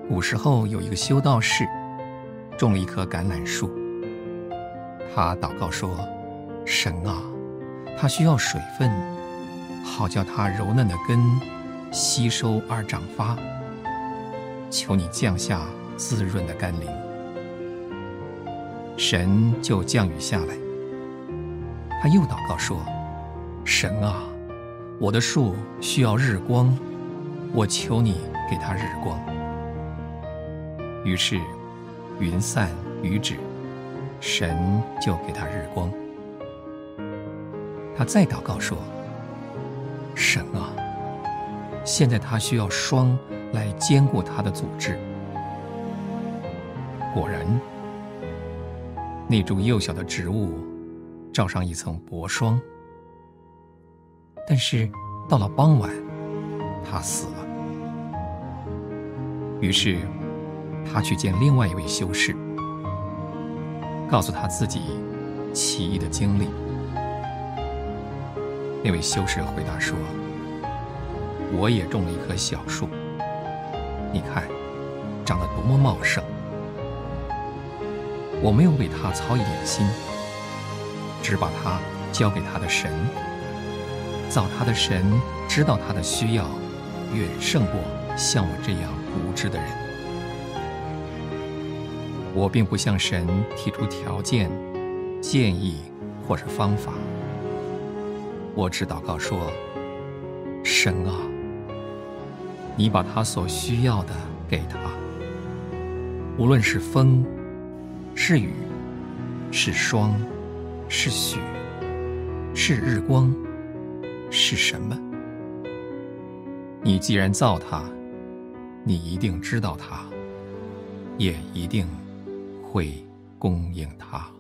古时候有一个修道士，种了一棵橄榄树。他祷告说：神啊，它需要水分，好叫它柔嫩的根吸收而长发，求你降下滋润的甘霖。神就降雨下来。他又祷告说：神啊，我的树需要日光，我求你给它日光。于是云散雨止，神就给他日光。他再祷告说：神啊，现在他需要霜来坚固他的组织。果然，那株幼小的植物罩上一层薄霜。但是到了傍晚，他死了。于是他去见另外一位修士，告诉他自己奇异的经历。那位修士回答说：我也种了一棵小树，你看长得多么茂盛。我没有为它操一点心，只把它交给他的神。造他的神知道他的需要，远胜过像我这样无知的人。我并不向神提出条件、建议或是方法，我只祷告说：神啊，你把他所需要的给他，无论是风，是雨，是霜，是雪，是日光，是什么？你既然造他，你一定知道他，也一定会供应他。